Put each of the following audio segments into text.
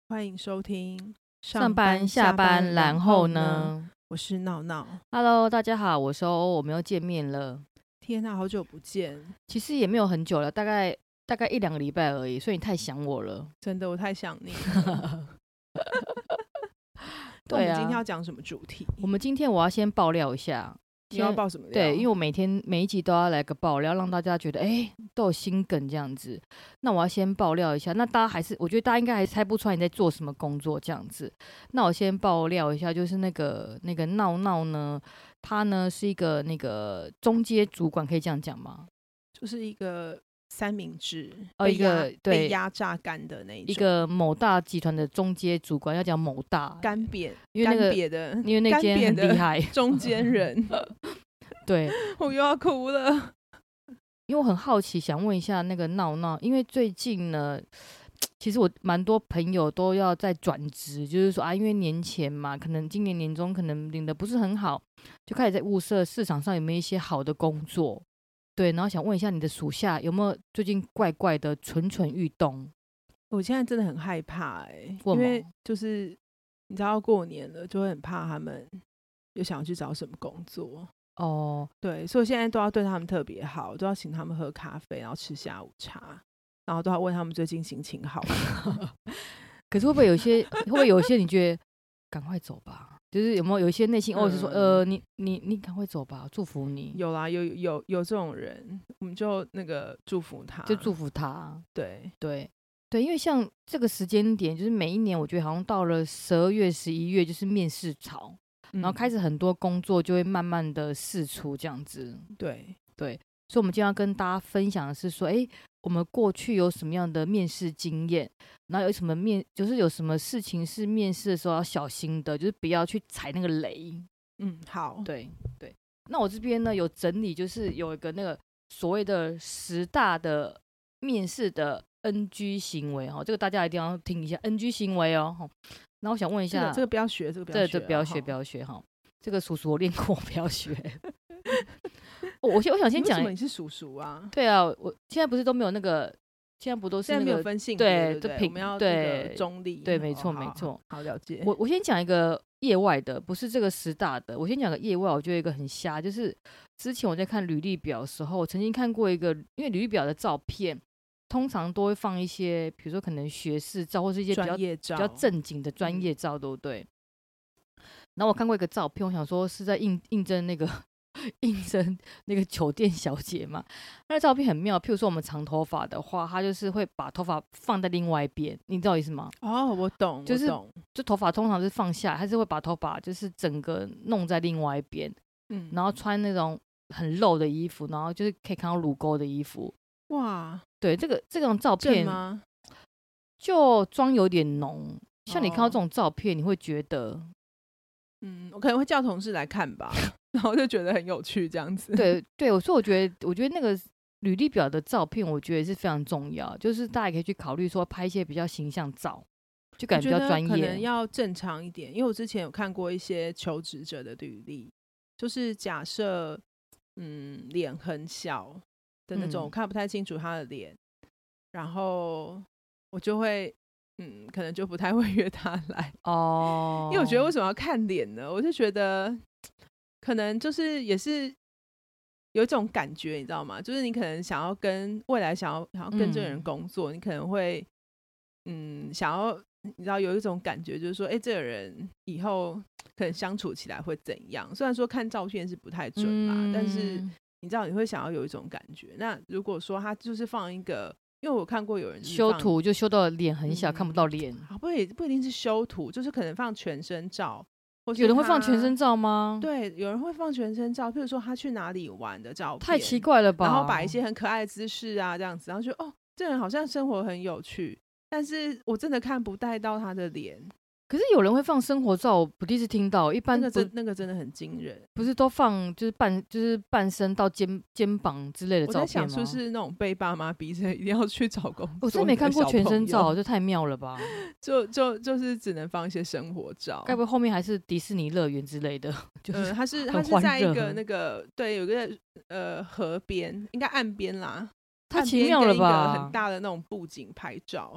欢迎收听上班下班然后呢？ 我是闹闹。 Hello， 大家好，我是欧欧，我们又见面了。 天啊，好久不见， 其实也没有很久了，大概1-2个礼拜而已，所以你太想我了。 真的我太想你了。那我们今天要讲什么主题？ 我们今天我要先爆料一下。 你要爆什么料？ 对，因为我每一集都要来个爆料，让大家觉得都有心梗这样子。那我要先爆料一下，那大家我觉得大家应该还猜不出来你在做什么工作这样子。那我先爆料一下，就是那个闹闹呢，他呢是一个那个中阶主管，可以这样讲吗？ 就是一个三明治， 被压榨干的那一种， 一个某大集团的中阶主管，要讲某大干瘪， 因为那个因为那间很厉害， 中间人。 对， 我又要哭了。 因为我很好奇，想问一下那个闹闹，因为最近呢，其实我蛮多朋友都要在转职，就是说因为年前嘛，可能今年年终可能领的不是很好，就开始在物色市场上有没有一些好的工作。对，然后想问一下你的属下有没有最近怪怪的蠢蠢欲动？ 我现在真的很害怕因为就是你知道过年了，就会很怕他们又想要去找什么工作。对，所以我现在都要对他们特别好，都要请他们喝咖啡，然后吃下午茶，然后都要问他们最近心情好吗？ 可是会不会有些你觉得赶快走吧？就是有没有一些内心是说你赶快走吧，祝福你。 有啦，有这种人，我们就那个祝福他，对， 因为像这个时间点，就是每一年我觉得好像到了12月11月就是面试潮，然后开始很多工作就会慢慢的释出这样子。对，所以我们今天要跟大家分享的是说，我们过去有什么样的面试经验，然后有什么就是有什么事情是面试的时候要小心的，就是不要去踩那个雷。 好， 对。那我这边呢有整理，就是有一个那个所谓的10大的面试的 NG 行为这个大家一定要听一下 NG 行为然后我想问一下， 这个不要学，这个不要学， 不要学这个叔叔我练过，不要学。我想先讲， 为什么你是叔叔啊？ 对啊，我现在不是都没有那个，现在不都是现在没有分性别，对，我们要中立， 对，没错， 好了解。 我先讲一个业外的，不是这个10大的，我先讲个业外。我觉得一个很瞎，就是之前我在看履历表的时候，我曾经看过一个，因为履历表的照片通常都会放一些，比如说可能学士照，或是一些比较正经的专业照，对不对？然后我看过一个照片，我想说是在应征那个酒店小姐嘛。那个照片很妙，譬如说我们长头发的话，他就是会把头发放在另外一边，你知道意思吗？ 我懂， 就头发通常是放下，还是会把头发就是整个弄在另外一边，然后穿那种很露的衣服，然后就是可以看到乳沟的衣服。 哇， 对，这种照片吗？ 就妆有点浓，像你看到这种照片，你会觉得我可能会叫同事来看吧，然后就觉得很有趣这样子。 对，所以我觉得那个履历表的照片，我觉得是非常重要，就是大家可以去考虑说拍一些比较形象照，就感觉比较专业， 可能要正常一点。因为我之前有看过一些求职者的履历，就是假设脸很小的那种，我看不太清楚他的脸，然后我就会可能就不太会约他来因为我觉得为什么要看脸呢？我就觉得可能就是也是有一种感觉，你知道吗？就是你可能想要跟未来想要跟这个人工作，你可能会想要你知道有一种感觉，就是说这个人以后可能相处起来会怎样。虽然说看照片是不太准啦，但是你知道你会想要有一种感觉。那如果说他就是放一个，因为我看过有人修图就修到脸很小，看不到脸。 不一定是修图，就是可能放全身照。 有人会放全身照吗？ 对，有人会放全身照，譬如说他去哪里玩的照片， 太奇怪了吧？ 然后摆一些很可爱的姿势啊，这样子，然后就这人好像生活很有趣，但是我真的看不带到他的脸。 可是有人会放生活照，我第一次听到。一般那个真的很惊人， 不是都放就是半身到肩膀之类的照片吗？ 我在想是不是那种被爸妈逼着一定要去找工作？ 我真没看过全身照，这太妙了吧？ 就是只能放一些生活照。 该不会后面还是迪士尼乐园之类的？就是他是在一个那个对，有个河边，应该岸边啦。 太奇妙了吧？ 一个很大的那种布景拍照。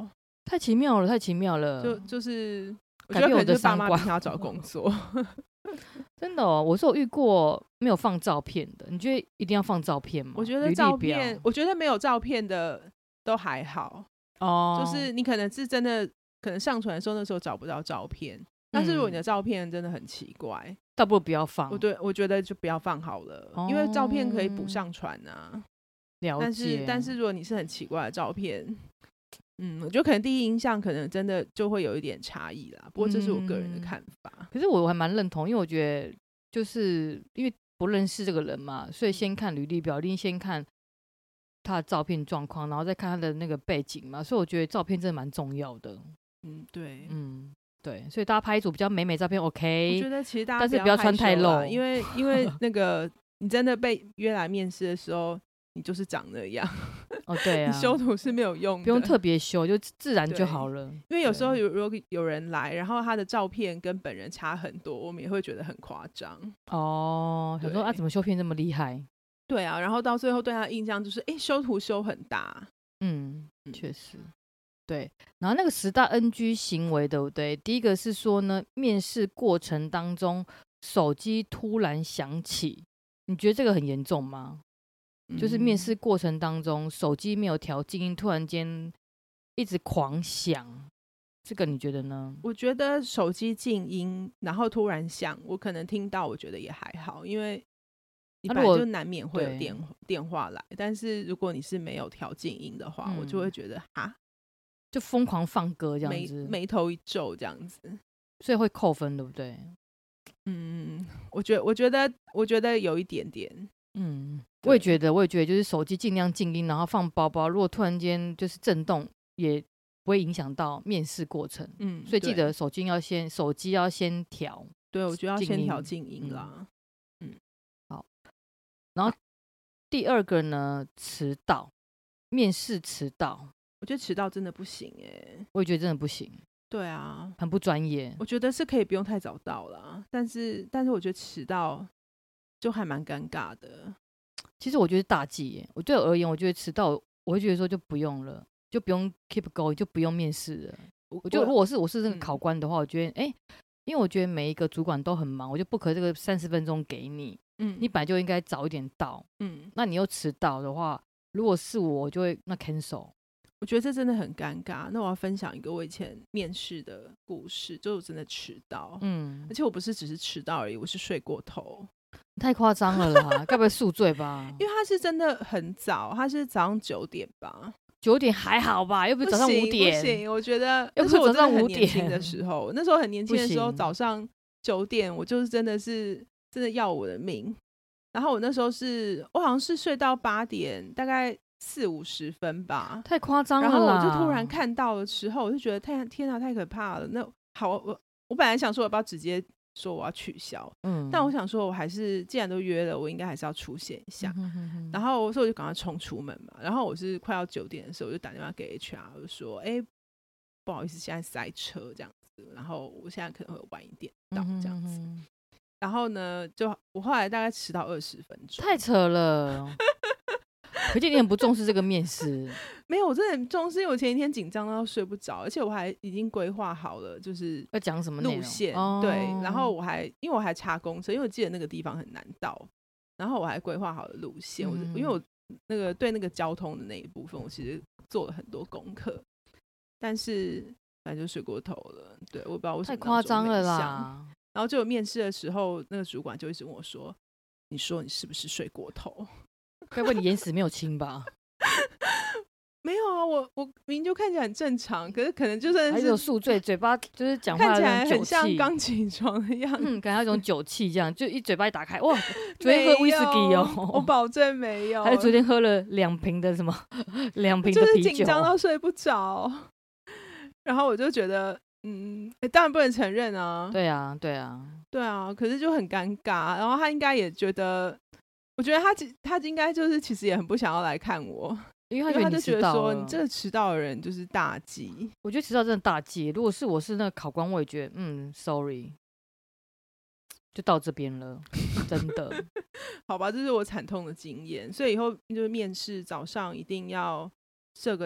太奇妙了，太奇妙了， 就是我觉得可能就是爸妈平常要找工作。 真的我是有遇过没有放照片的，你觉得一定要放照片吗？ 我觉得照片，我觉得没有照片的都还好就是你可能是真的可能上传的时候那时候找不到照片，但是如果你的照片真的很奇怪， 倒不如不要放。 我觉得就不要放好了，因为照片可以补上传啊。 了解。 但是如果你是很奇怪的照片，我觉得可能第一印象可能真的就会有一点差异啦。不过这是我个人的看法。 可是我还蛮认同，因为我觉得就是因为不认识这个人嘛，所以先看履历表，一定先看他的照片状况，然后再看他的那个背景嘛。所以我觉得照片真的蛮重要的。 对， 对，所以大家拍一组比较美美照片 OK。 我觉得其实大家但是不要穿太露， 因为那个你真的被约来面试的时候，你就是长那样。 对啊， 你修图是没有用的， 不用特别修，就自然就好了。 因为有时候如果有人来，然后他的照片跟本人差很多，我们也会觉得很夸张。 想说怎么修片这么厉害？ 对啊，然后到最后对他的印象就是修图修很大。 确实。对，然后那个10大 NG 行为对不对？第一个是说呢，面试过程当中手机突然响起，你觉得这个很严重吗？就是面试过程当中手机没有调静音，突然间一直狂响，这个你觉得呢？ 我觉得手机静音然后突然响，我可能听到我觉得也还好，因为你本来就难免会有电话来，但是如果你是没有调静音的话，我就会觉得就疯狂放歌这样子， 眉头一皱这样子， 所以会扣分对不对？ 我觉得有一点点。 我也觉得就是手机尽量静音，然后放包包，如果突然间就是震动也不会影响到面试过程。所以记得手机要先调。 对，我觉得要先调静音啦。 好。然后第二个呢，迟到，面试迟到， 我觉得迟到真的不行我也觉得真的不行。 对啊， 很不专业。 我觉得是可以不用太早到啦，但是我觉得迟到就还蛮尴尬的。 其实我觉得大忌我对我而言，我觉得迟到我会觉得说就不用了，就不用 keep going， 就不用面试了。我觉得如果我是那个考官的话，我觉得因为我觉得每一个主管都很忙，我就不可这个30分钟给你，你本来就应该早一点到，那你又迟到的话，如果是我就会那 cancel。 我觉得这真的很尴尬。那我要分享一个我以前面试的故事，就我真的迟到，而且我不是只是迟到而已，我是睡过头。 太夸张了啦，该不会宿醉吧？ 因为他是真的很早，他是早上9点吧。 9点还好吧？又不是早上5点。 不行，我觉得又不是我早上5点。 很年轻的时候，那时候很年轻的时候，早上9点，我就是真的要我的命。然后我那时候我好像是睡到8点，大概40-50分吧。 太夸张了啦。 然后我就突然看到的时候，我就觉得天啊，太可怕了。那好，我本来想说我要不要直接说我要取消，但我想说我还是既然都约了，我应该还是要出现一下。然后所以我就赶快冲出门嘛。然后我是快要9点的时候，我就打电话给 HR， 我就说不好意思，现在塞车这样子，然后我现在可能会晚一点到这样子。然后呢，就我后来大概迟到20分钟。 太扯了。可见你很不重视这个面试。 没有，我真的很重视，因为我前一天紧张到睡不着，而且我还已经规划好了，就是要讲什么路线。对，然后因为我还查公车，因为我记得那个地方很难到，然后我还规划好了路线。因为我那个对那个交通的那一部分，我其实做了很多功课，但是反正就睡过头了。对，我不知道为什么。 太夸张了啦。 然后就有面试的时候，那个主管就一直问我说：“你说你是不是睡过头？” 该不会你眼屎没有清吧？ 没有啊，我明明就看起来很正常，可是可能就是还有宿醉，嘴巴就是讲话看起来很像刚起床的样子， 感觉有种酒气这样，就一嘴巴一打开，哇！昨天喝威士忌哦， 我保证没有。 还有昨天喝了2瓶的什么2瓶的啤酒， 就是紧张到睡不着。然后我就觉得，当然不能承认啊。 对啊， 可是就很尴尬。然后他应该也觉得，我觉得他应该就是其实也很不想要来看我，因为他就觉得说你这个迟到的人就是大忌。 我觉得迟到真的大忌。如果是我是那个考官，我也觉得sorry， 就到这边了，真的。 好吧，这是我惨痛的经验，所以以后就是面试早上一定要设个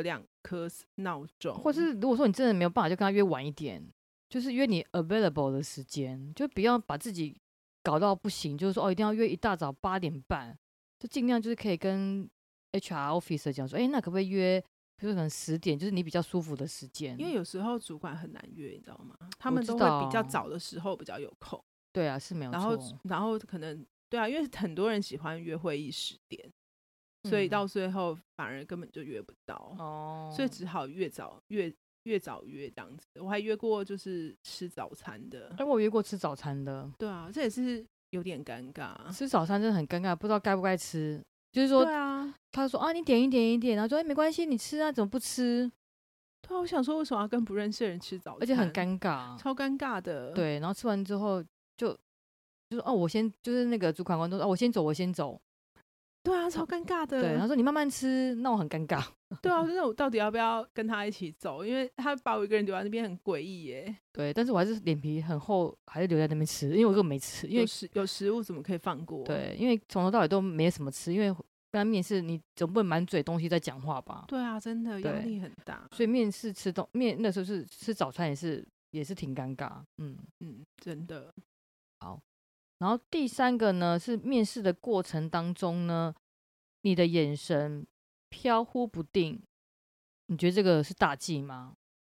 颗闹钟， 或是如果说你真的没有办法，就跟他约晚一点，就是约你 available 的时间，就不要把自己搞到不行，就是说一定要约一大早8点半，就尽量就是可以跟 HR officer 讲说，那可不可以约，比如说可能10点，就是你比较舒服的时间。 因为有时候主管很难约，你知道吗？他们都会比较早的时候比较有空。 对啊，是没有错。 然后可能对啊，因为很多人喜欢约会议10点，所以到最后反而根本就约不到，所以只好越早约这样子。我还约过就是吃早餐的， 我约过吃早餐的。 对啊，这也是有点尴尬。 吃早餐真的很尴尬，不知道该不该吃。就是说， 对啊， 他说啊，你点一点，然后说没关系，你吃啊，怎么不吃？ 对啊，我想说为什么要跟不认识的人吃早餐， 而且很尴尬， 超尴尬的。 对，然后吃完之后就说我先就是那个主管官都说我先走。 对啊，超尴尬的。 对，他说你慢慢吃，那我很尴尬。 对啊，那我到底要不要跟他一起走？因为他把我一个人留在那边很诡异耶。 对，但是我还是脸皮很厚，还是留在那边吃，因为我根本没吃。因为有食物怎么可以放过？ 对，因为从头到尾都没什么吃，因为跟他面试，你总不能满嘴东西在讲话吧？ 对啊，真的压力很大。 所以面试那时候是吃早餐也是挺尴尬。 真的。 好。然后第3个呢，是面试的过程当中呢，你的眼神飘忽不定，你觉得这个是大忌吗？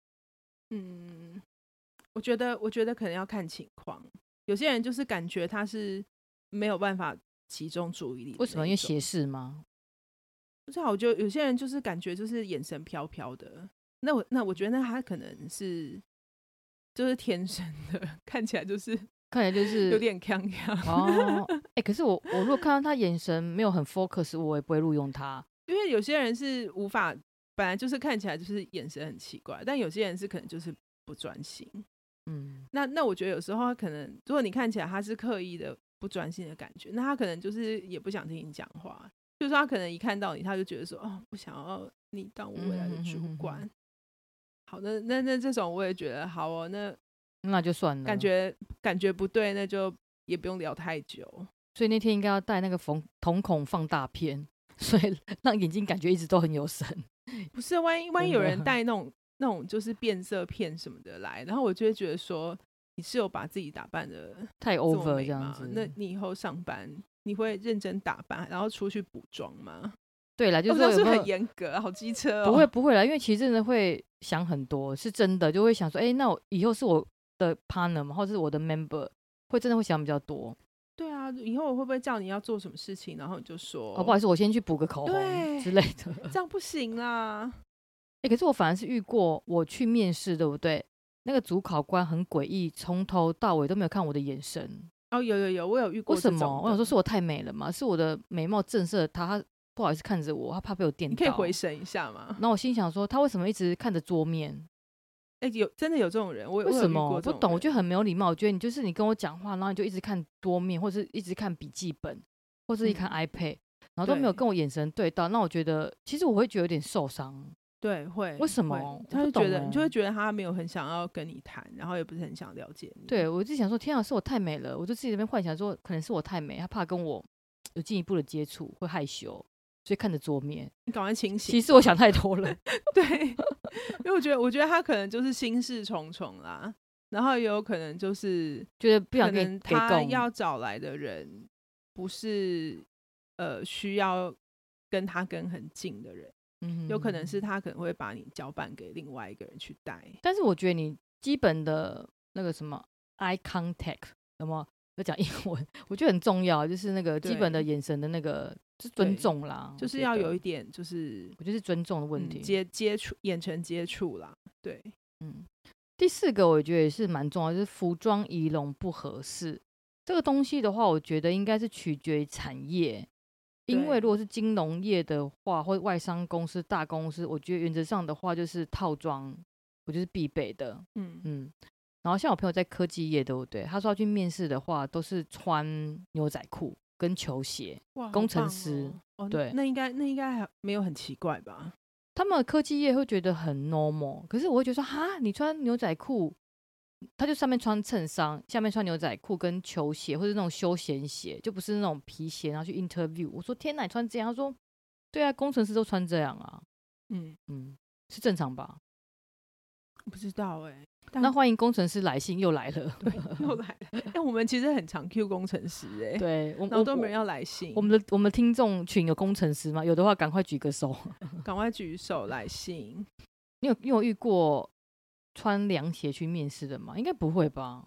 我觉得可能要看情况。有些人就是感觉他是没有办法集中注意力。 为什么？因为斜视吗？ 不知道，我觉得有些人就是感觉就是眼神飘飘的。那我觉得他可能是就是天生的，看起来就是有点锵锵。 可是我如果看到他眼神没有很 focus， 我也不会录用他。 因为有些人是无法，本来就是看起来就是眼神很奇怪，但有些人是可能就是不专心。那我觉得有时候他可能，如果你看起来他是刻意的不专心的感觉，那他可能就是也不想听你讲话。就是说他可能一看到你，他就觉得说不想要你当我未来的主管。好的，那这种我也觉得好哦， 那就算了。 感觉不对，那就也不用聊太久。 所以那天应该要带那个瞳孔放大片，所以让眼睛感觉一直都很有神。 不是，万一有人带那种就是变色片什么的来，然后我就会觉得说你是有把自己打扮的太 over 这样子。 那你以后上班你会认真打扮，然后出去补妆吗？ 对啦，就是是很严格，好机车哦。不会啦，因为其实真的会想很多，是真的就会想说，那我以后是我的 partner 嘛，或者是我的 member， 真的会想比较多。 对啊，以后我会不会叫你要做什么事情，然后你就说不好意思，我先去补个口红之类的， 这样不行啦。 可是我反而是遇过，我去面试，对不对？那个主考官很诡异，从头到尾都没有看我的眼神。 有，我有遇过这种的。 为什么？我想说是我太美了吗？是我的美貌震慑他不好意思看着我，他怕被我电到。 你可以回神一下吗？ 然后我心想说，他为什么一直看着桌面？ 真的有这种人，为什么？我不懂，我觉得很没有礼貌。我觉得你跟我讲话，然后你就一直看桌面，或是一直看笔记本，或是一看 iPad，然后都没有跟我眼神对到。那我觉得，其实我会觉得有点受伤。 对，会。 为什么？ 他就觉得你就会觉得他没有很想要跟你谈，然后也不是很想了解你。 对，我就想说，天啊，是我太美了，我就自己那边幻想说，可能是我太美，他怕跟我有进一步的接触，会害羞，所以看着桌面。 你赶快清醒。 其实我想太多了。 对，因为我觉得他可能就是心事重重啦，然后也有可能就是觉得不想跟他要找来的人不是需要跟他跟很近的人。有可能是他可能会把你交办给另外一个人去带。 但是我觉得你基本的那个什么 eye contact 有没有要讲英文？我觉得很重要，就是那个基本的眼神的那个尊重啦， 就是要有一点，就是我觉得是尊重的问题， 接触眼神接触啦。对， 第4个我觉得也是蛮重要，就是服装仪容不合适。这个东西的话，我觉得应该是取决于产业。因为如果是金融业的话，或外商公司、大公司，我觉得原则上的话就是套装，我觉得是必备的。然后像我朋友在科技业，对不对？他说要去面试的话，都是穿牛仔裤跟球鞋。工程师，对， 那应该还没有很奇怪吧？ 他们科技业会觉得很 normal， 可是我会觉得说，哈，你穿牛仔裤。他就上面穿衬衫，下面穿牛仔裤跟球鞋，或者那种休闲鞋，就不是那种皮鞋，然后去 interview。我说天哪，你穿这样？他说对啊，工程师都穿这样啊。 是正常吧？ 不知道那欢迎工程师来信又来了， 对，又来了。我们其实很常 Q 工程师对， 然后都没人要来信。 我们的听众群有工程师吗？有的话赶快举个手， 赶快举手来信。 你有遇过穿凉鞋去面试的吗？应该不会吧？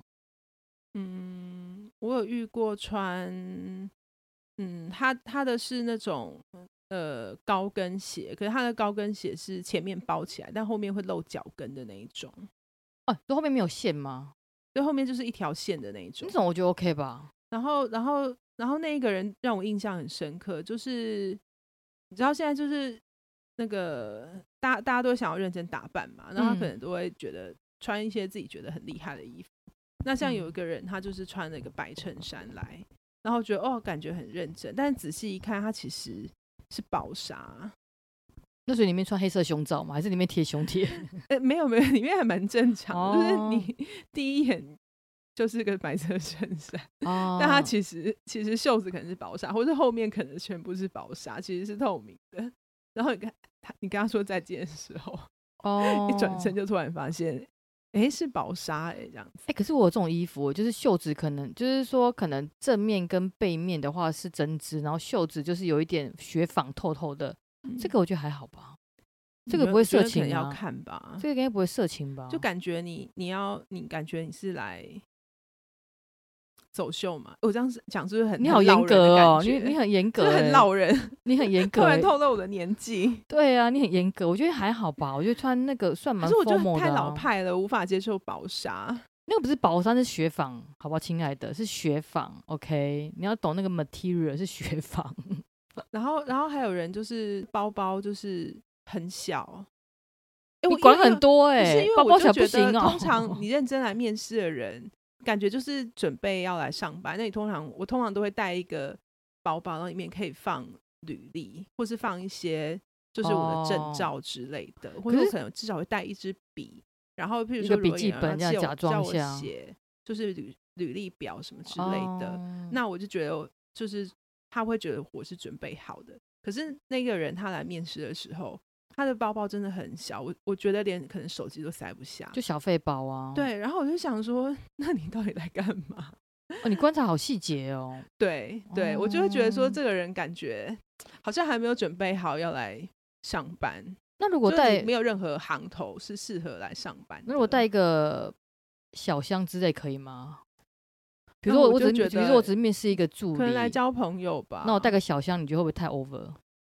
我有遇过穿，他的是那种高跟鞋，可是他的高跟鞋是前面包起来，但后面会露脚跟的那一种。 就后面没有线吗？ 对，后面就是一条线的那一种。 那种我觉得 OK 吧。 然后那一个人让我印象很深刻，就是你知道现在就是那个大家都想要认真打扮嘛，然后他可能都会觉得穿一些自己觉得很厉害的衣服。那像有一个人，他就是穿了一个白衬衫来，然后觉得感觉很认真，但是仔细一看，他其实是薄纱。 那所以里面穿黑色胸罩吗？还是里面贴胸贴？ 没有，里面还蛮正常的，就是你第一眼就是个白色衬衫，但它其实袖子可能是薄纱，或者后面可能全部是薄纱，其实是透明的。然后你跟他说再见的时候，一转身就突然发现。是薄纱这样子。 可是我有这种衣服，就是袖子可能就是说，可能正面跟背面的话是针织，然后袖子就是有一点雪纺透透的，这个我觉得还好吧。这个不会色情啊？ 要看吧。 这个应该不会色情吧？ 就感觉你感觉你是来走秀嘛？我这样讲是不是很？ 你好严格哦，你很严格， 很老人， 你很严格， 突然透露我的年纪。 对啊，你很严格，我觉得还好吧。我觉得穿那个算蛮 formal 的，可是我觉得太老派了，无法接受薄纱。 那个不是薄纱，是雪纺，好不好，亲爱的，是雪纺。OK， 你要懂那个 material 是雪纺。 然后还有人就是包包就是很小。 你管很多不是因为包包小不行哦。 通常你认真来面试的人。感觉就是准备要来上班，那我通常都会带一个包包，然后里面可以放履历，或是放一些就是我的证照之类的，或者我可能至少会带一支笔，然后譬如说笔记本这样假装一下， 叫我写就是履历表什么之类的，那我就觉得就是他会觉得我是准备好的。可是那个人他来面试的时候，他的包包真的很小，我觉得连可能手机都塞不下， 就小废包啊。 对，然后我就想说，那你到底来干嘛？ 你观察好细节哦。 对，我就会觉得说，这个人感觉好像还没有准备好要来上班。 那如果没有任何行头是适合来上班的， 那如果带一个小箱之类可以吗？比如说我只是面试一个助理， 可能来交朋友吧。 那我带个小箱，你觉得会不会太 over？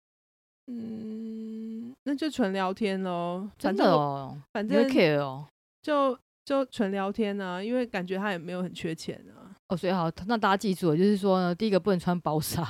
那就纯聊天咯。 真的哦， 反正 care 哦， 就纯聊天啊，因为感觉他也没有很缺钱啊。 所以好，那大家记住了，就是说呢，第一个不能穿薄纱，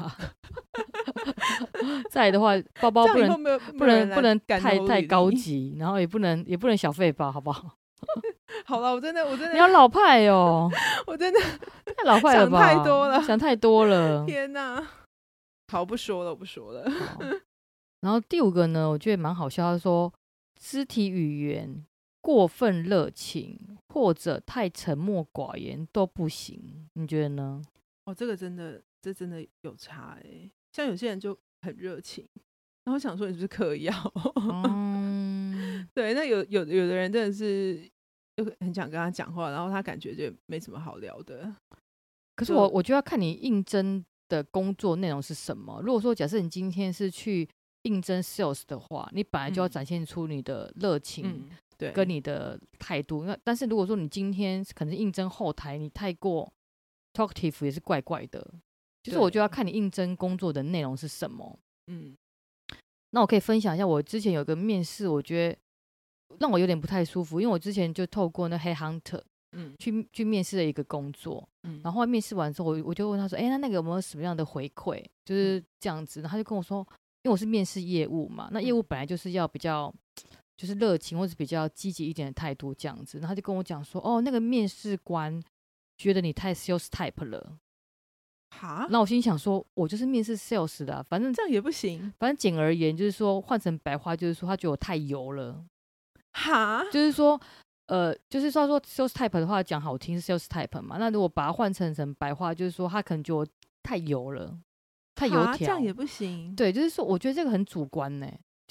再来的话，包包不能太高级，然后也不能小废包，好不好？ 好了，我真的你好老派哦， 我真的太老派了吧，想太多了， 天哪！好，不说了。 然后第五个呢，我觉得蛮好笑，他说肢体语言过分热情或者太沉默寡言都不行，你觉得呢？ 这真的有差像有些人就很热情，然后想说你是不是嗑药？对，那有的人真的是就很想跟他讲话，然后他感觉就没什么好聊的。 可是我就要看你应征的工作内容是什么。如果说假设你今天是去应征 sales 的话，你本来就要展现出你的热情，对，跟你的态度。但是如果说你今天可能是应征后台，你太过 talkative 也是怪怪的。就是我就要看你应征工作的内容是什么。那我可以分享一下，我之前有个面试，我觉得让我有点不太舒服，因为我之前就透过那 Headhunter 去面试的一个工作，然后面试完之后，我就问他说，那个有没有什么样的回馈？就是这样子，然后他就跟我说，因为我是面试业务嘛，那业务本来就是要比较就是热情或者比较积极一点的态度这样子，然后他就跟我讲说，那个面试官觉得你太 sales type 了。那我心想说，我就是面试 sales 的反正这样也不行。 反正简而言就是说，换成白话就是说，他觉得我太油了。就是说sales type 的话讲好听是 sales type 嘛，那如果把它换成白话，就是说他可能觉得我太油了，太油条， 这样也不行。 对，就是说我觉得这个很主观呢。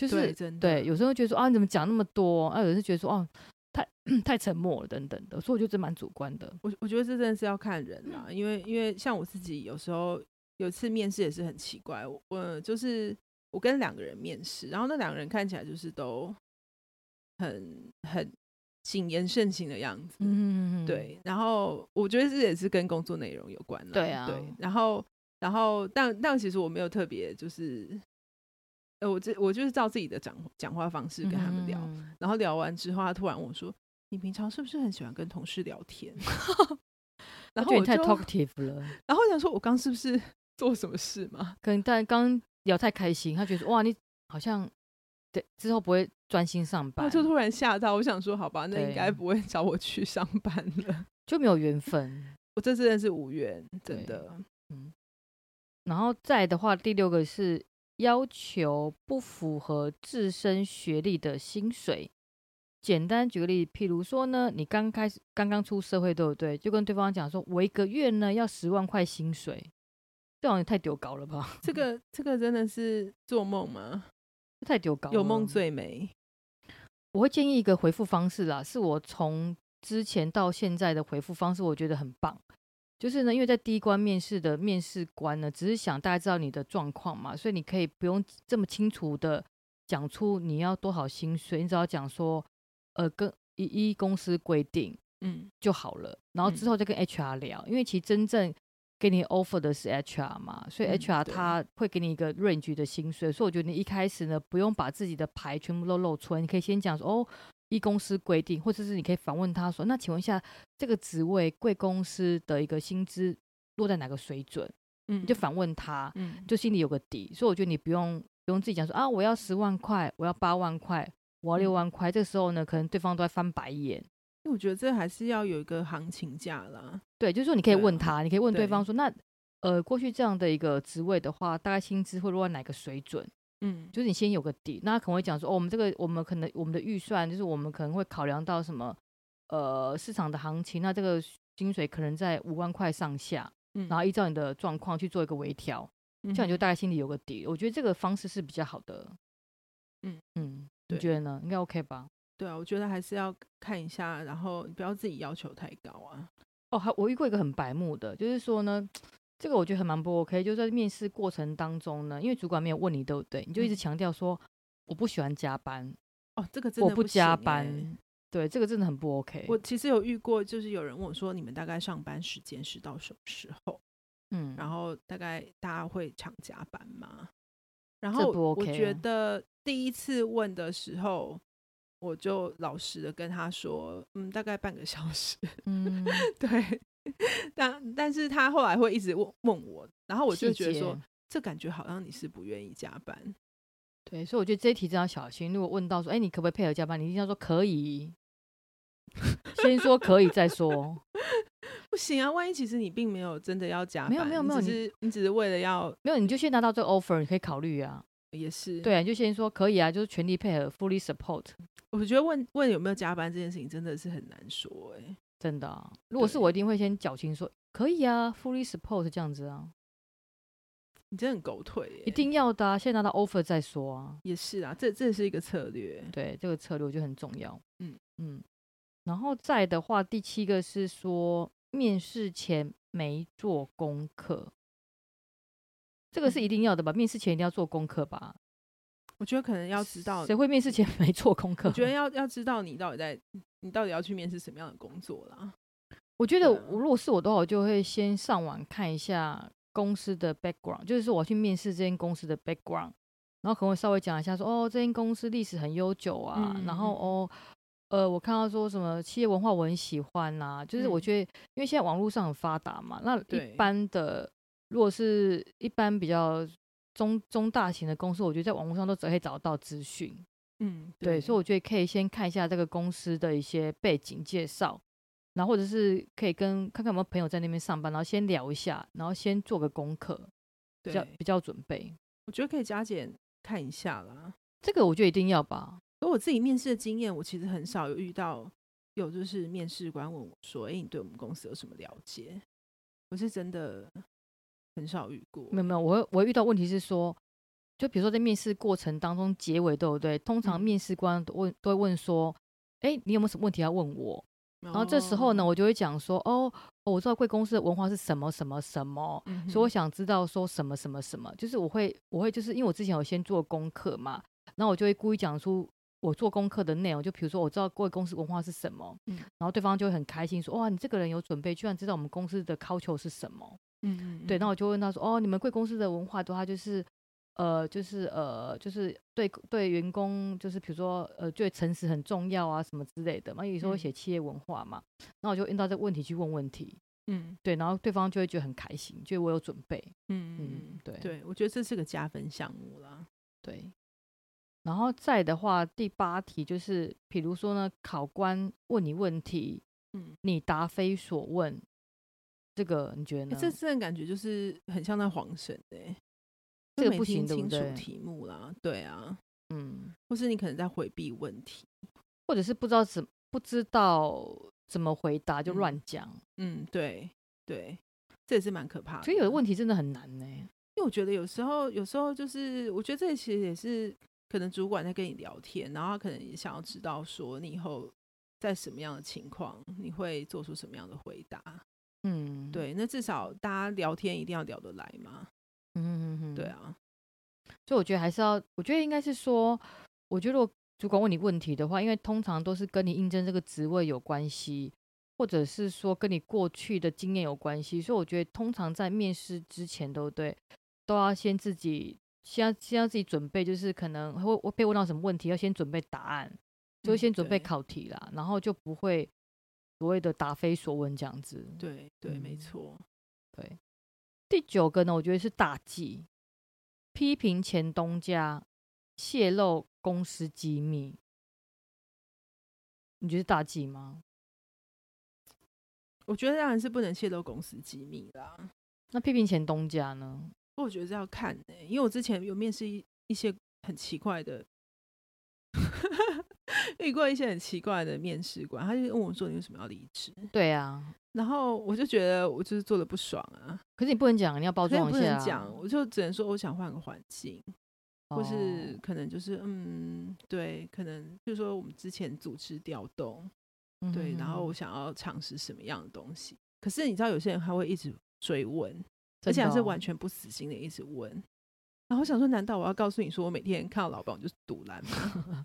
就是对，有时候觉得说啊，你怎么讲那么多？有人是觉得说哦，太沉默了等等的，所以我觉得这蛮主观的。 我觉得这真的是要看人啦，因为像我自己有时候有一次面试也是很奇怪，就是我跟2个人面试，然后那2个人看起来就是都很谨言慎行的样子，对，然后我觉得这也是跟工作内容有关啦， 对啊， 对，然后但其实我没有特别就是我就是照自己的讲话方式跟他们聊，然后聊完之后他突然问我说，你平常是不是很喜欢跟同事聊天？然后我太 talkative 了， 然后我想说我刚是不是做什么事吗？ 可能但刚聊太开心，他觉得哇你好像对之后不会专心上班， 我就突然吓到，我想说好吧，那应该不会找我去上班了， 就没有缘分。 我这真的是无缘，真的。 然后再的话，第6个是要求不符合自身学历的薪水。简单举个例，譬如说呢，你刚刚出社会，对不对？就跟对方讲说，我1个月呢要10万块薪水，这好像也太丢高了吧？ 这个真的是做梦吗？ 太丢高了， 有梦最美。 我会建议一个回复方式啦，是我从之前到现在的回复方式，我觉得很棒。就是呢，因为在第一关面试的面试官呢，只是想大家知道你的状况嘛，所以你可以不用这么清楚的讲出你要多少薪水，你只要讲说，跟依公司规定，就好了。然后之后再跟 HR 聊，因为其实真正给你 offer 的是 HR 嘛，所以 HR 他会给你一个 range 的薪水，所以我觉得你一开始呢，不用把自己的牌全部都露出来，你可以先讲说哦。依公司规定，或者是你可以反问他说：“那请问一下，这个职位贵公司的一个薪资落在哪个水准？”你就反问他，就心里有个底。所以我觉得你不用自己讲说啊，我要10万块，我要8万块，我要6万块。这个时候呢，可能对方都在翻白眼。 因为我觉得这还是要有一个行情价啦。 对，就是说你可以问他，你可以问对方说：“那过去这样的一个职位的话，大概薪资会落在哪个水准？”就是你先有个底，那他可能会讲说，哦，我们的预算就是我们可能会考量到什么，市场的行情，那这个薪水可能在5万块上下，然后依照你的状况去做一个微调，这样你就大概心里有个底。我觉得这个方式是比较好的。你觉得呢？应该 OK 吧？ 对啊，我觉得还是要看一下，然后不要自己要求太高啊。 哦，我遇过一个很白目的，就是说呢。这个我觉得很蛮不 OK，就在面试过程当中呢，因为主管没有问你对不对，你就一直强调说我不喜欢加班。 哦，这个真的我不加班，对，这个真的很不 OK。 我其实有遇过，就是有人问我说，你们大概上班时间是到什么时候？然后大概大家会常加班吗？然后我觉得第一次问的时候，我就老实的跟他说，大概半个小时。对。但是他后来会一直问我，然后我就觉得说，这感觉好像你是不愿意加班。 对，所以我觉得这一题真要小心。如果问到说，你可不可以配合加班？你一定要说可以，先说可以再说。 不行啊，万一其实你并没有真的要加班， 没有， 你只是为了要没有，你就先拿到这个 offer， 你可以考虑啊。 也是， 对啊，你就先说可以啊，就是全力配合 ，fully support。 我觉得问有没有加班这件事情真的是很难说真的啊。如果是我，一定会先矫情说可以啊 ，fully support 这样子啊。 你真的很狗腿一定要的啊，先拿到 offer 再说啊。 也是啊，这是一个策略。 对，这个策略我觉得很重要。然后再的话，第7个是说面试前没做功课，这个是一定要的吧？面试前一定要做功课吧？我觉得可能要知道， 谁会面试前没做功课？ 我觉得要知道你到底要去面试什么样的工作啦。 我觉得如果是我的话，我就会先上网看一下公司的 background， 就是说我去面试这间公司的 background， 然后可能会稍微讲一下说，哦，这间公司历史很悠久啊，然后我看到说什么企业文化我很喜欢啊，就是我觉得因为现在网络上很发达嘛，那一般的如果是一般比较中大型的公司，我觉得在网络上都可以找到资讯。对，所以我觉得可以先看一下这个公司的一些背景介绍，然后或者是可以看看有没有朋友在那边上班，然后先聊一下，然后先做个功课，比较准备。 我觉得可以加减看一下啦， 这个我觉得一定要吧。 而我自己面试的经验，我其实很少有遇到就是面试官问我说，你对我们公司有什么了解？我是真的很少遇过。 没有，我遇到问题是说， 就比如说在面试过程当中结尾对不对？通常面试官都会问说，你有没有什么问题要问我？然后这时候呢，我就会讲说，我知道贵公司的文化是什么什么什么，所以我想知道说什么什么什么，就是我会就是因为我之前有先做功课嘛，然后我就会故意讲出我做功课的内容，就比如说我知道贵公司文化是什么，然后对方就会很开心说，哇，你这个人有准备，居然知道我们公司的culture是什么，对，那我就问他说，你们贵公司的文化的话，就是对员工，就是比如说对诚实很重要啊什么之类的嘛，有时候会写企业文化嘛，那我就用到这个问题去问问题，对，然后对方就会觉得很开心，觉得我有准备， 对，我觉得这是个加分项目啦， 对。然后再的话，第8题就是，比如说呢，考官问你问题，你答非所问，这个你觉得呢？ 这真的感觉就是很像在晃神这个不行， 对不对？题目啦，对啊，或是你可能在回避问题， 或者是不知道怎么回答就乱讲， 对，这也是蛮可怕的。 所以有的问题真的很难呢， 因为我觉得有时候就是，我觉得这其实也是可能主管在跟你聊天，然后他可能也想要知道说你以后在什么样的情况你会做出什么样的回答，对，那至少大家聊天一定要聊得来嘛，对啊， 所以我觉得还是要，我觉得应该是说，我觉得如果主管问你问题的话，因为通常都是跟你应征这个职位有关系，或者是说跟你过去的经验有关系，所以我觉得通常在面试之前，对不对，都要先自己要自己准备，就是可能会被问到什么问题，要先准备答案，就先准备考题啦，然后就不会所谓的答非所问这样子。 对，没错。 对，第9个呢，我觉得是大忌，批评前东家，泄露公司机密。你觉得是大忌吗？ 我觉得当然是不能泄露公司机密啦。 那批评前东家呢？ 我觉得是要看因为我之前有面试一些很奇怪的遇过一些很奇怪的面试官，他就问我说你为什么要离职？ 对啊， 然后我就觉得我就是做的不爽啊。 可是你不能讲，你要包装一下。 不能讲，我就只能说我想换个环境，或是可能就是对，可能就是说我们之前组织调动，对，然后我想要尝试什么样的东西。可是你知道有些人他会一直追问，而且还是完全不死心的一直问。然后我想说，难道我要告诉你说我每天看到老板我就是赌烂吗？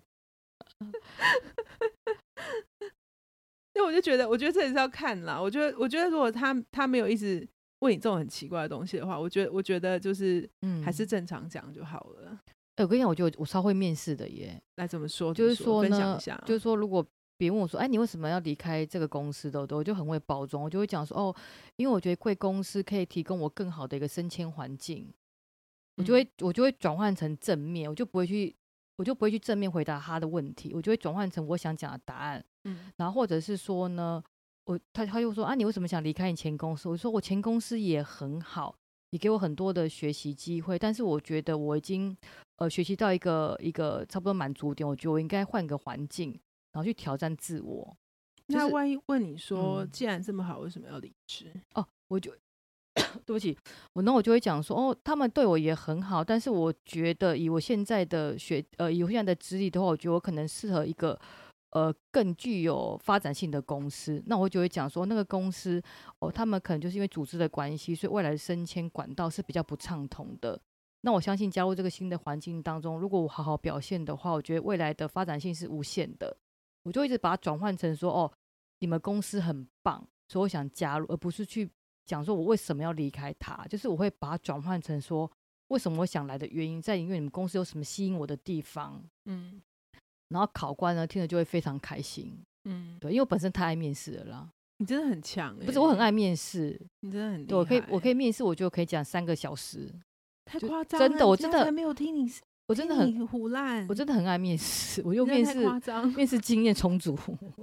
因为我觉得这也是要看啦。我觉得如果他没有一直问你这种很奇怪的东西的话，我觉得就是还是正常讲就好了。 我跟你讲，我觉得我超会面试的耶。 来怎么说？ 就是说呢， 分享一下。 就是说如果别人问我说，你为什么要离开这个公司的？我就很会包装，我就会讲说，因为我觉得贵公司可以提供我更好的一个升迁环境。我就会转换成正面，我就不会去正面回答他的问题，我就会转换成我想讲的答案。然后或者是说呢，他又说你为什么想离开你前公司？我说我前公司也很好，也给我很多的学习机会，但是我觉得我已经学习到一个差不多满足点，我觉得我应该换个环境，然后去挑战自我。 那万一问你说，既然这么好，为什么要离职？ 我就对不起，我就会讲说，他们对我也很好，但是我觉得以我现在的以我现在的资历的话，我觉得我可能适合一个更具有发展性的公司。那我就会讲说，那个公司他们可能就是因为组织的关系，所以未来的升迁管道是比较不畅通的。那我相信加入这个新的环境当中，如果我好好表现的话，我觉得未来的发展性是无限的。我就一直把它转换成说，你们公司很棒，所以我想加入，而不是去讲说我为什么要离开他，就是我会把它转换成说为什么我想来的原因，在因为你们公司有什么吸引我的地方。然后考官呢听了就会非常开心。对，因为我本身太爱面试了啦。 你真的很强不是，我很爱面试。 你真的很厉害。 对，我可以面试，我就可以讲3个小时。 太夸张了， 真的，我真的没有听你， 我真的很胡乱， 我真的很爱面试，我又面试经验充足。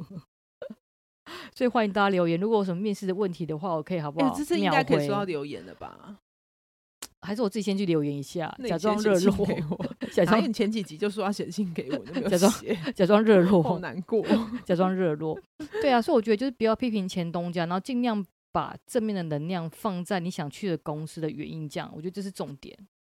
所以欢迎大家留言，如果有什么面试的问题的话，我可以好不好？ 这次应该可以收到留言的吧？ 还是我自己先去留言一下，假装热络给我。假装你前几集就说要写信给我，就没有写。 假装热络， 好难过。 假装热络，对啊，所以我觉得就是不要批评前东家，然后尽量把正面的能量放在你想去的公司的原因，这样我觉得这是重点。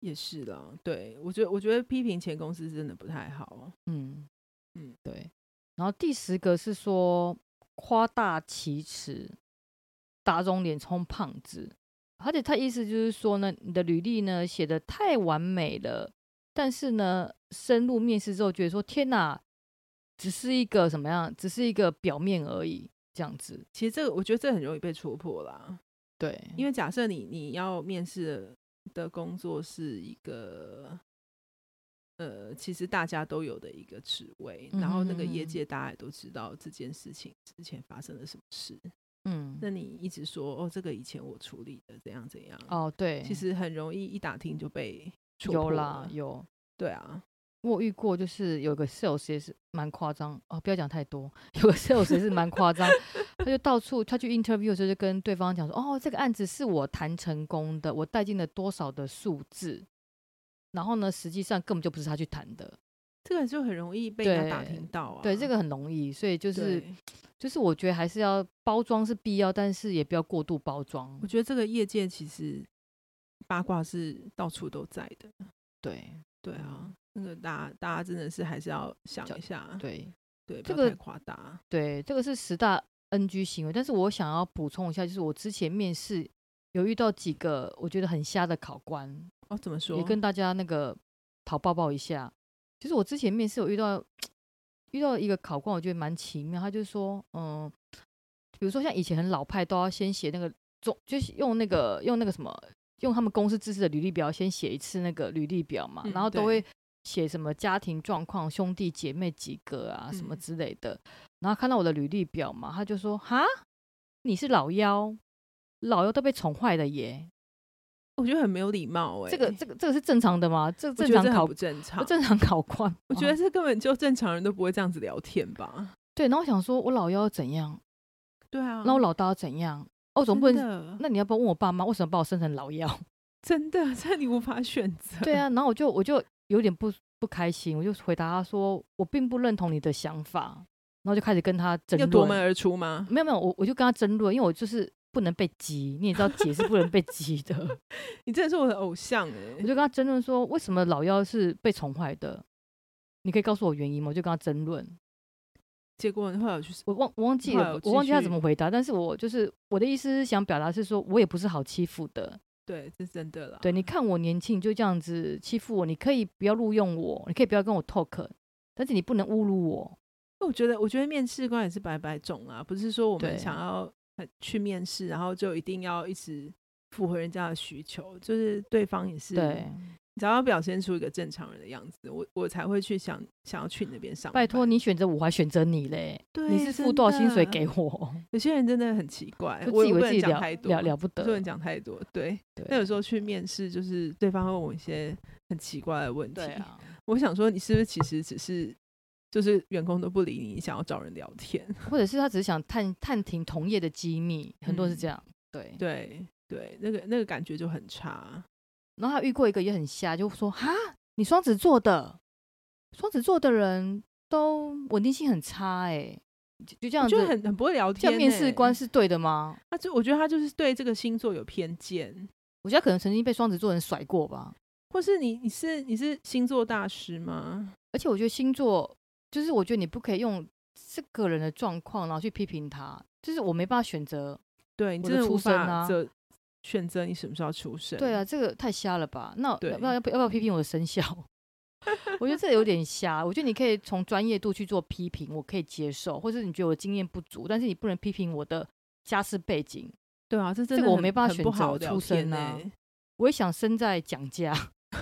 也是啦，对，我觉得批评前公司真的不太好。 对。然后第10个是说夸大其词，打肿脸充胖子。而且他意思就是说呢，你的履历呢写得太完美了，但是呢深入面试之后觉得说天哪，只是一个什么样，只是一个表面而已，这样子。 其实我觉得这很容易被戳破啦。 对， 因为假设你要面试的工作是一个其实大家都有的一个职位，然后那个业界大家也都知道这件事情之前发生了什么事。那你一直说这个以前我处理的怎样怎样， 对， 其实很容易一打听就被戳破了。 有， 对啊， 我遇过，就是有个 sales 也是蛮夸张不要讲太多，有个 sales 也是蛮夸张，他就到处他去 interview 的时候就跟对方讲说，这个案子是我谈成功的，我带进了多少的数字，然后呢实际上根本就不是他去谈的。 这个就很容易被人家打听到啊。 对，这个很容易，所以就是我觉得还是要包装是必要，但是也不要过度包装。 我觉得这个业界其实八卦是到处都在的。对啊，那个大家真的是还是要想一下。对，不要太夸大。 对，这个是10大 NG 行为，但是我想要补充一下，就是我之前面试有遇到几个我觉得很瞎的考官。 怎么说？ 也跟大家那个讨报告一下。就是我之前面试有遇到一个考官，我觉得蛮奇妙。他就说，比如说像以前很老派，都要先写那个就是用那个什么，用他们公司自制的履历表，先写一次那个履历表嘛，然后都会写什么家庭状况、兄弟姐妹几个啊，什么之类的。然后看到我的履历表嘛，他就说：“哈，你是老幺都被宠坏的耶。” 我觉得很没有礼貌。 这个是正常的吗？这正常考不正常， 不正常考官。 我觉得这根本就正常人都不会这样子聊天吧。 对，然后我想说，我老幺怎样？ 对啊， 那我老大怎样？总不能，那你要不要问我爸妈为什么把我生成老幺？ 真的，这你无法选择。 对啊，然后我就有点不开心，我就回答他说，我并不认同你的想法，然后就开始跟他争论。 要夺门而出吗？ 没有，我就跟他争论，因为我就是不能被激，你也知道姐是不能被激的。 你真的是我的偶像我就跟他争论说，为什么老幺是被宠坏的？你可以告诉我原因吗？我就跟他争论。 结果后来我忘记了，我忘记他怎么回答。但是我的意思是想表达是说，我也不是好欺负的。 对，这是真的啦。 对，你看我年轻就这样子欺负我，你可以不要录用我，你可以不要跟我 talk， 但是你不能侮辱我。 我觉得面试官也是百百种啦，不是说我们想要去面试，然后就一定要一直符合人家的需求，就是对方也是。对。只要表现出一个正常人的样子，我才会去想要去你那边上班。 拜托，你选择我还选择你嘞？ 对， 你是付多少薪水给我？ 有些人真的很奇怪， 就自以为自己了不得， 不能讲太多。对，那有时候去面试，就是对方会问我一些很奇怪的问题。对啊，我想说，你是不是其实只是就是员工都不理你，想要找人聊天， 或者是他只是想探听同业的机密，很多是这样。 对，那个感觉就很差。 然后他遇过一个也很瞎，就说：“哈，你双子座的人都稳定性很差就这样子， 我觉得很不会聊天。 这样面试官是对的吗？ 我觉得他就是对这个星座有偏见。 我觉得可能曾经被双子座人甩过吧， 或是你是星座大师吗？ 而且我觉得星座就是我觉得你不可以用这个人的状况然后去批评他，就是我没办法选择对你真的无法选择你什么时候出生。 对啊，这个太瞎了吧？那要不要批评我的生肖？我觉得这有点瞎。我觉得你可以从专业度去做批评，我可以接受，或者你觉得我经验不足，但是你不能批评我的家世背景。 对啊，这真的我没办法选择出身啊。我也想生在蒋家，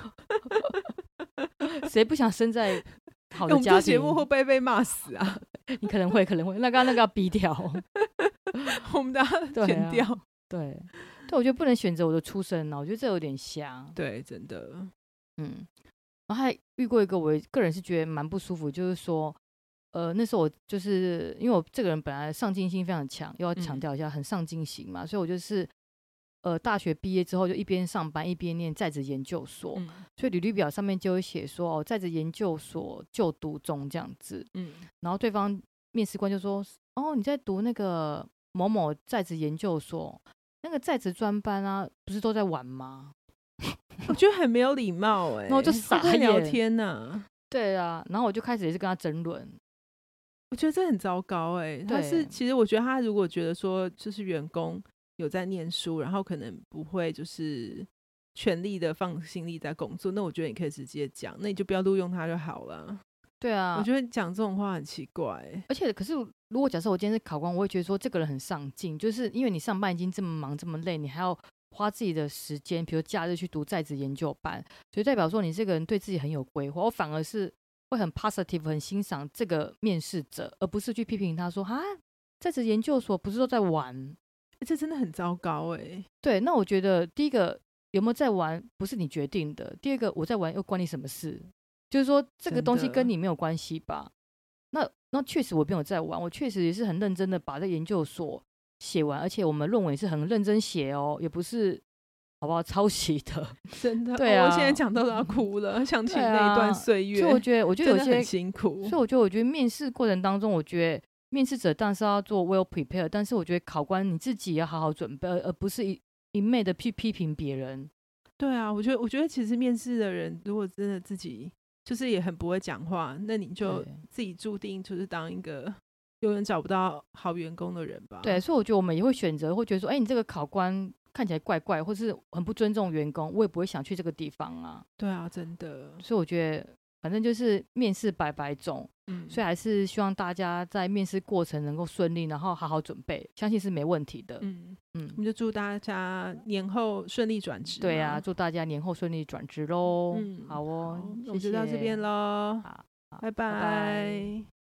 谁不想生在好的家庭？ 节目会不会被骂死啊？ 你可能会，那个要逼掉， 我们大家剪掉。 对，我觉得不能选择我的出身我觉得这有点瞎。 对，真的。 然后还遇过一个我个人是觉得蛮不舒服，就是说那时候我就是因为我这个人本来上进心非常强，又要强调一下很上进心嘛，所以我就是大学毕业之后就一边上班一边念在职研究所，所以履历表上面就会写说在职研究所就读中这样子。然后对方面试官就说你在读那个某某在职研究所，那个在职专班啊不是都在玩吗？ 我觉得很没有礼貌哎、 然后我就傻眼聊天呐、 对啊，然后我就开始也是跟他争论。 我觉得这很糟糕哎、其实我觉得他如果觉得说就是员工有在念书，然后可能不会就是全力的放心力在工作，那我觉得你可以直接讲，那你就不要录用他就好了。 对啊， 我觉得讲这种话很奇怪欸。 而且可是如果假设我今天是考官，我会觉得说这个人很上进，就是因为你上班已经这么忙这么累，你还要花自己的时间，比如假日去读在职研究班，所以代表说你这个人对自己很有规划。我反而是会很 positive 很欣赏这个面试者，而不是去批评他说啊，在职研究所不是都在玩， 这真的很糟糕哎。 对，那我觉得第一个有没有在玩不是你决定的，第二个我在玩又关你什么事？就是说这个东西跟你没有关系吧？那确实我没有在玩，我确实也是很认真的把这研究所写完，而且我们论文也是很认真写哦，也不是好不好抄袭的， 真的。 对啊， 我现在讲到都要哭了，想起那一段岁月。 所以我觉得有些很辛苦。 所以我觉得面试过程当中，我觉得面试者当然是要做 well prepared， 但是我觉得考官你自己也要好好准备，而不是一昧的去批评别人。 对啊，我觉得其实面试的人如果真的自己就是也很不会讲话，那你就自己注定就是当一个永远找不到好员工的人吧。 对，所以我觉得我们也会选择，会觉得说，你这个考官看起来怪怪，或是很不尊重员工，我也不会想去这个地方啊。 对啊，真的。 所以我觉得反正就是面试百百种，所以还是希望大家在面试过程能够顺利，然后好好准备，相信是没问题的。 我们就祝大家年后顺利转职。 对啊，祝大家年后顺利转职喽。好哦， 我们就到这边喽。 好， 拜拜。